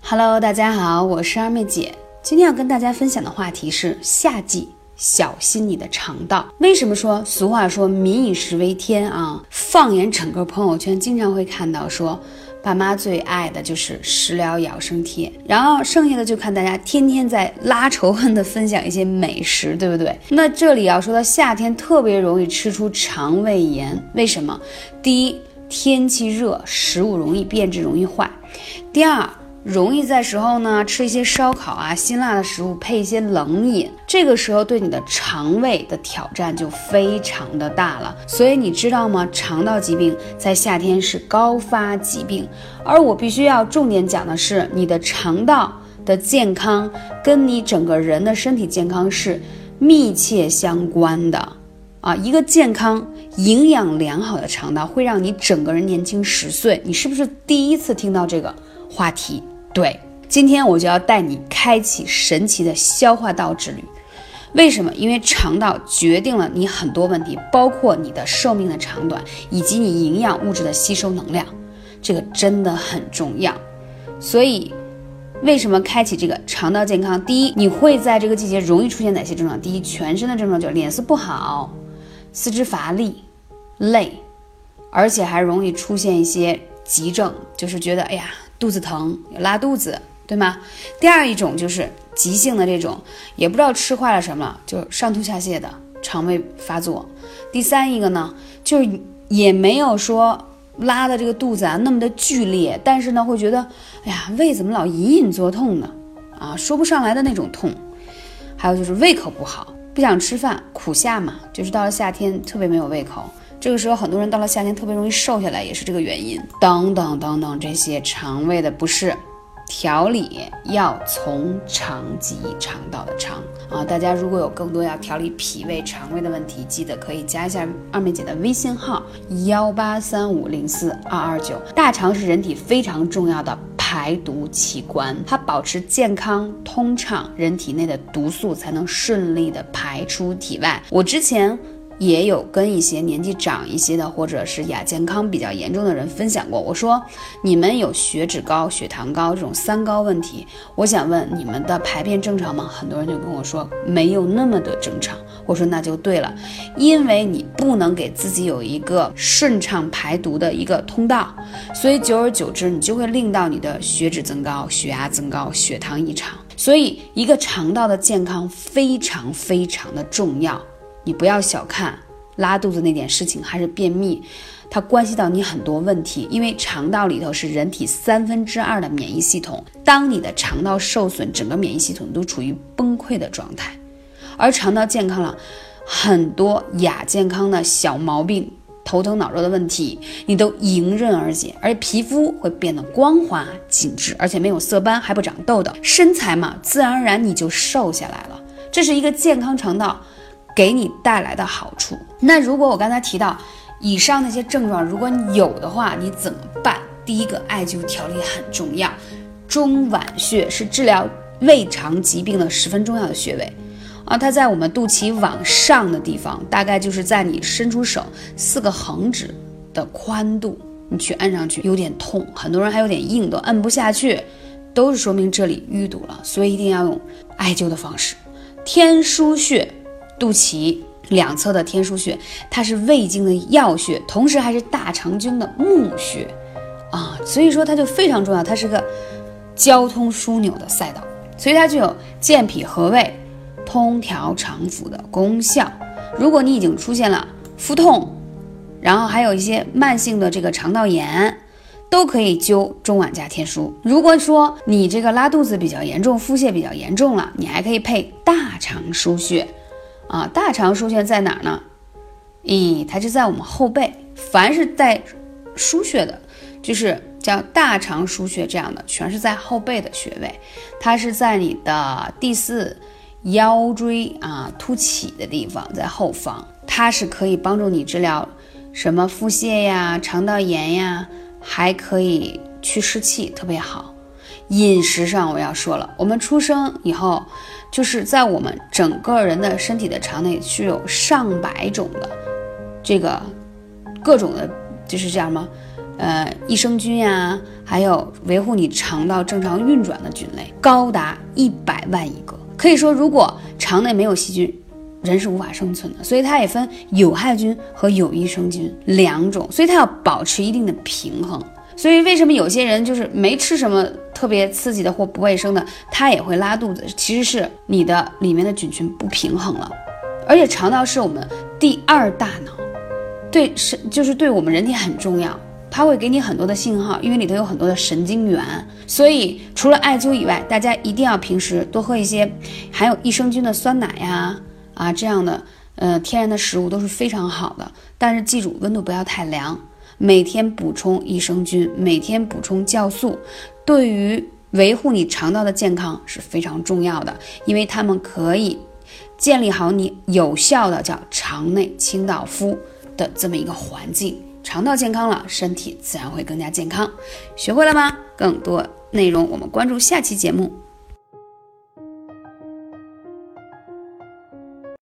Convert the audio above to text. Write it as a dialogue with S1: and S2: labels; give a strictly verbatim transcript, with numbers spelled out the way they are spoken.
S1: Hello， 大家好，我是二妹姐。今天要跟大家分享的话题是夏季小心你的肠道。为什么说俗话说民以食为天啊？放眼整个朋友圈，经常会看到说爸妈最爱的就是食疗养生贴，然后剩下的就看大家天天在拉仇恨的分享一些美食，对不对？那这里要说到夏天特别容易吃出肠胃炎，为什么？第一，天气热，食物容易变质，容易坏。第二，容易在时候呢吃一些烧烤啊辛辣的食物，配一些冷饮，这个时候对你的肠胃的挑战就非常的大了。所以你知道吗？肠道疾病在夏天是高发疾病，而我必须要重点讲的是，你的肠道的健康跟你整个人的身体健康是密切相关的啊。一个健康营养良好的肠道会让你整个人年轻十岁。你是不是第一次听到这个话题？对，今天我就要带你开启神奇的消化道之旅。为什么？因为肠道决定了你很多问题，包括你的寿命的长短，以及你营养物质的吸收能量，这个真的很重要。所以为什么开启这个肠道健康？第一，你会在这个季节容易出现哪些症状？第一，全身的症状，就是脸色不好，四肢乏力、累，而且还容易出现一些急症，就是觉得哎呀肚子疼，拉肚子，对吗？第二一种就是急性的这种，也不知道吃坏了什么，就上吐下泻的肠胃发作。第三一个呢，就是也没有说拉的这个肚子啊那么的剧烈，但是呢会觉得哎呀胃怎么老隐隐作痛呢啊，说不上来的那种痛。还有就是胃口不好，不想吃饭，苦夏嘛，就是到了夏天特别没有胃口，这个时候很多人到了夏天特别容易瘦下来，也是这个原因。等等等等，这些肠胃的不适调理要从肠及肠道的肠啊！大家如果有更多要调理脾胃肠胃的问题，记得可以加一下二妹姐的微信号幺八三五零四二二九。大肠是人体非常重要的排毒器官，它保持健康通畅，人体内的毒素才能顺利的排出体外。我之前也有跟一些年纪长一些的，或者是亚健康比较严重的人分享过，我说你们有血脂高、血糖高这种三高问题，我想问你们的排便正常吗？很多人就跟我说没有那么的正常。我说那就对了，因为你不能给自己有一个顺畅排毒的一个通道，所以久而久之你就会令到你的血脂增高、血压增高、血糖异常。所以一个肠道的健康非常非常的重要，你不要小看拉肚子那点事情，还是便秘，它关系到你很多问题。因为肠道里头是人体三分之二的免疫系统，当你的肠道受损，整个免疫系统都处于崩溃的状态。而肠道健康了，很多亚健康的小毛病、头疼脑热的问题你都迎刃而解，而且皮肤会变得光滑紧致，而且没有色斑，还不长痘痘，身材嘛自然而然你就瘦下来了。这是一个健康肠道给你带来的好处。那如果我刚才提到以上那些症状，如果你有的话，你怎么办？第一个，艾灸调理很重要，中脘穴是治疗胃肠疾病的十分重要的穴位啊，它在我们肚脐往上的地方，大概就是在你伸出手四个横指的宽度，你去按上去有点痛，很多人还有点硬，都按不下去，都是说明这里淤堵了，所以一定要用艾灸的方式。天枢穴，肚脐两侧的天枢穴，它是胃经的要穴，同时还是大肠经的募穴啊，所以说它就非常重要，它是个交通枢纽的赛道，所以它具有健脾和胃、通调肠腑的功效。如果你已经出现了腹痛，然后还有一些慢性的这个肠道炎，都可以灸中脘加天枢。如果说你这个拉肚子比较严重，腹泻比较严重了，你还可以配大肠腧穴啊。大肠腧穴在哪儿呢？咦，它就在我们后背，凡是带腧穴的，就是叫大肠腧穴这样的，全是在后背的穴位，它是在你的第四腰椎啊凸起的地方，在后方，它是可以帮助你治疗什么腹泻呀、肠道炎呀，还可以去湿气，特别好。饮食上我要说了，我们出生以后，就是在我们整个人的身体的肠内是有上百种的这个各种的，就是这样吗？ 呃益生菌呀、啊，还有维护你肠道正常运转的菌类，高达一百万亿个。可以说，如果肠内没有细菌，人是无法生存的。所以它也分有害菌和有益生菌两种，所以它要保持一定的平衡。所以为什么有些人就是没吃什么特别刺激的或不卫生的，他也会拉肚子？其实是你的里面的菌群不平衡了。而且肠道是我们第二大脑，对，是就是对我们人体很重要，它会给你很多的信号，因为里头有很多的神经元。所以除了艾灸以外，大家一定要平时多喝一些含有益生菌的酸奶呀啊这样的呃天然的食物都是非常好的。但是记住，温度不要太凉，每天补充益生菌，每天补充酵素，对于维护你肠道的健康是非常重要的，因为它们可以建立好你有效的叫肠内清道夫的这么一个环境。肠道健康了，身体自然会更加健康。学会了吗？更多内容我们关注下期节目。